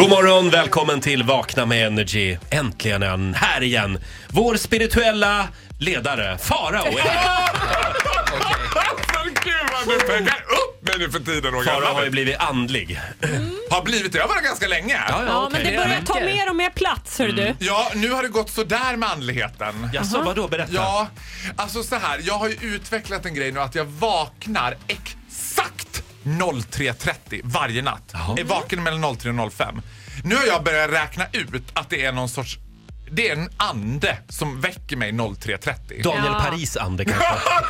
God morgon, välkommen till Vakna med Energy. Äntligen en här igen. Vår spirituella ledare, Farao, är här. Gud vad du pekar upp mig nu för tiden, Roger. Farao har ju blivit andlig. Har blivit det? Jag var det ganska länge. Ja, men det börjar ta mer och mer plats, hör du. Ja, nu har det gått så där med andligheten. Jaså, vadå? Berätta. Ja, alltså så här. Jag har ju utvecklat en grej nu att jag vaknar exakt 03.30 varje natt. Jag är vaken mellan 03 och 05. Nu har jag börjat räkna ut att det är någon sorts... Det är en ande som väcker mig 03.30. Daniel Paris ande kanske.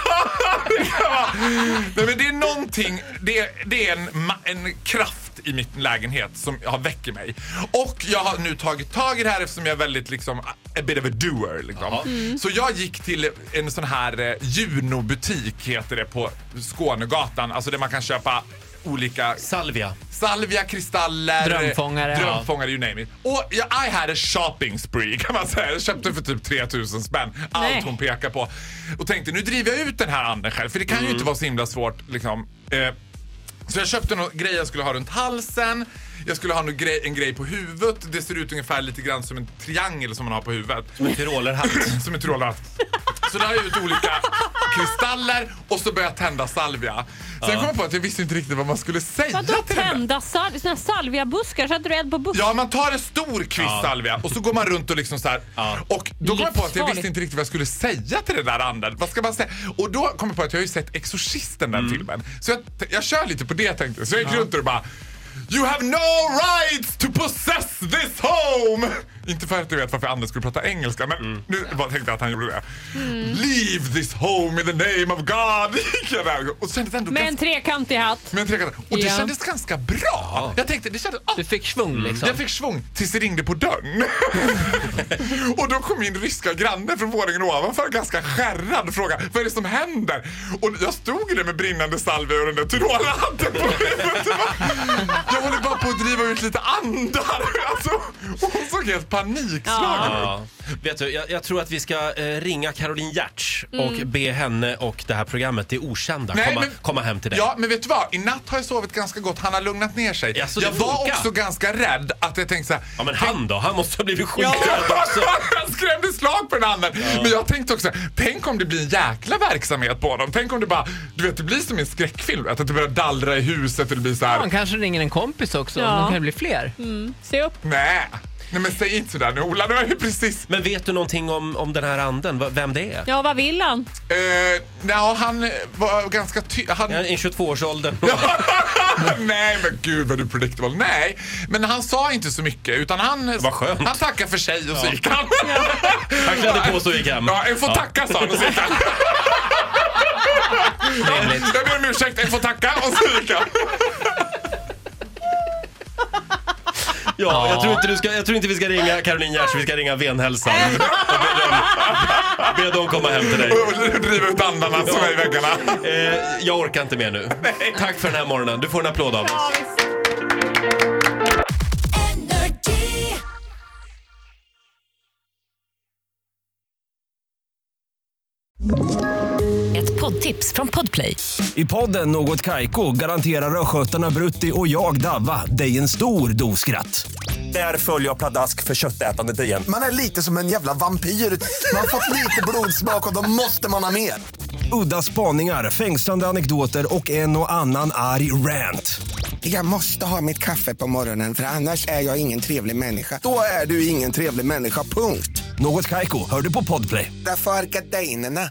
Nej, men det är någonting, det är en kraft i min lägenhet som har väcker mig. Och jag har nu tagit tag i det här eftersom jag är väldigt liksom a bit of a doer liksom. Så jag gick till en sån här Juno-butik heter det på Skånegatan, alltså där man kan köpa olika salvia, kristaller, drömfångare, you name it. Och I had a shopping spree kan man säga. Jag köpte för typ 3000 spänn. Allt hon pekar på. Och tänkte, nu driver jag ut den här anden själv. För det kan ju inte vara så himla svårt liksom. Så jag köpte någon grej jag skulle ha runt halsen. Jag skulle ha en grej på huvudet. Det ser ut ungefär lite grann som en triangel som man har på huvudet. Som en tyrolerhatt. Som en tyrolerhatt. Så där har jag ut olika kristaller och så började jag tända salvia. Sen kom jag på att jag visste inte riktigt vad man skulle säga. Vadå tända såna salviabuskar så att du är eld på buskar? Ja, man tar en stor kvist salvia och så går man runt och liksom så här. Och då kom jag på att jag visste inte riktigt vad jag skulle säga till den där anden. Vad ska man säga? Och då kom jag på att jag har ju sett Exorcisten, den filmen. Så jag kör lite på det, tänkte jag. Så jag gick runt och bara... You have no rights to possess this home! Inte för att du vet varför Anders skulle prata engelska, men nu bara tänkte jag att han gjorde det. Leave this home in the name of God! Och så ändå med en trekantig hatt. Och det kändes ganska bra. Jag tänkte, det kändes... Du fick svung liksom. Jag fick svung tills det ringde på dörren. Och då kom min ryska granne från våningen ovanför ganska skärrad och frågade, vad är det som händer? Och jag stod där med brinnande salve och den där tyrolerhatten på huvudet. Jag håller bara på att driva ut lite andar. Alltså, och hon såg helt panikslagen ut. Vet du, jag tror att vi ska ringa Caroline Giertz och be henne och det här programmet, det okända, komma hem till dig. Ja, men vet du vad? I natt har jag sovit ganska gott. Han har lugnat ner sig. Jag var också ganska rädd att jag tänkte så här... Ja, men han då? Han måste ha blivit skiträdd också. Han skrämde slag på den anden. Men jag tänkte också, tänk om det blir en jäkla verksamhet på honom. Tänk om det bara, du vet, det blir som en skräckfilm. Att det börjar dallra i huset och det blir så här... Ja, han kanske ringer en kompis också. De kan bli fler. Se upp. Nej, men säg inte sådär nu, Ola. Det var ju precis... Men vet du någonting om den här anden? Vem det är? Ja, vad vill han? Han var ganska I 22-årsåldern. Nej, men gud vad du predictable. Nej, men han sa inte så mycket, utan han tackade för sig och så gick han. Han klädde på så gick hem. Ja, en får tacka, sa han och så gick han. Jag ber om ursäkt, en får tacka och så gick han. Ja, jag tror inte vi ska ringa Caroline Giertz, vi ska ringa Venhälsan. Be dem komma hem till dig. Och driva ut andarna som är i väggarna. Jag orkar inte mer nu. Tack för den här morgonen. Du får en applåd av oss. Ett poddtips från Podplay. I podden Något Kaiko garanterar röskötarna Brutti och jag Davva dig en stor doskratt. Där följer jag pladask för köttätandet igen. Man är lite som en jävla vampyr. Man har fått lite blodsmak och då måste man ha mer. Udda spaningar, fängslande anekdoter och en och annan arg rant. Jag måste ha mitt kaffe på morgonen för annars är jag ingen trevlig människa. Då är du ingen trevlig människa, punkt. Något Kaiko, hör du på Podplay. Därför är gardinerna.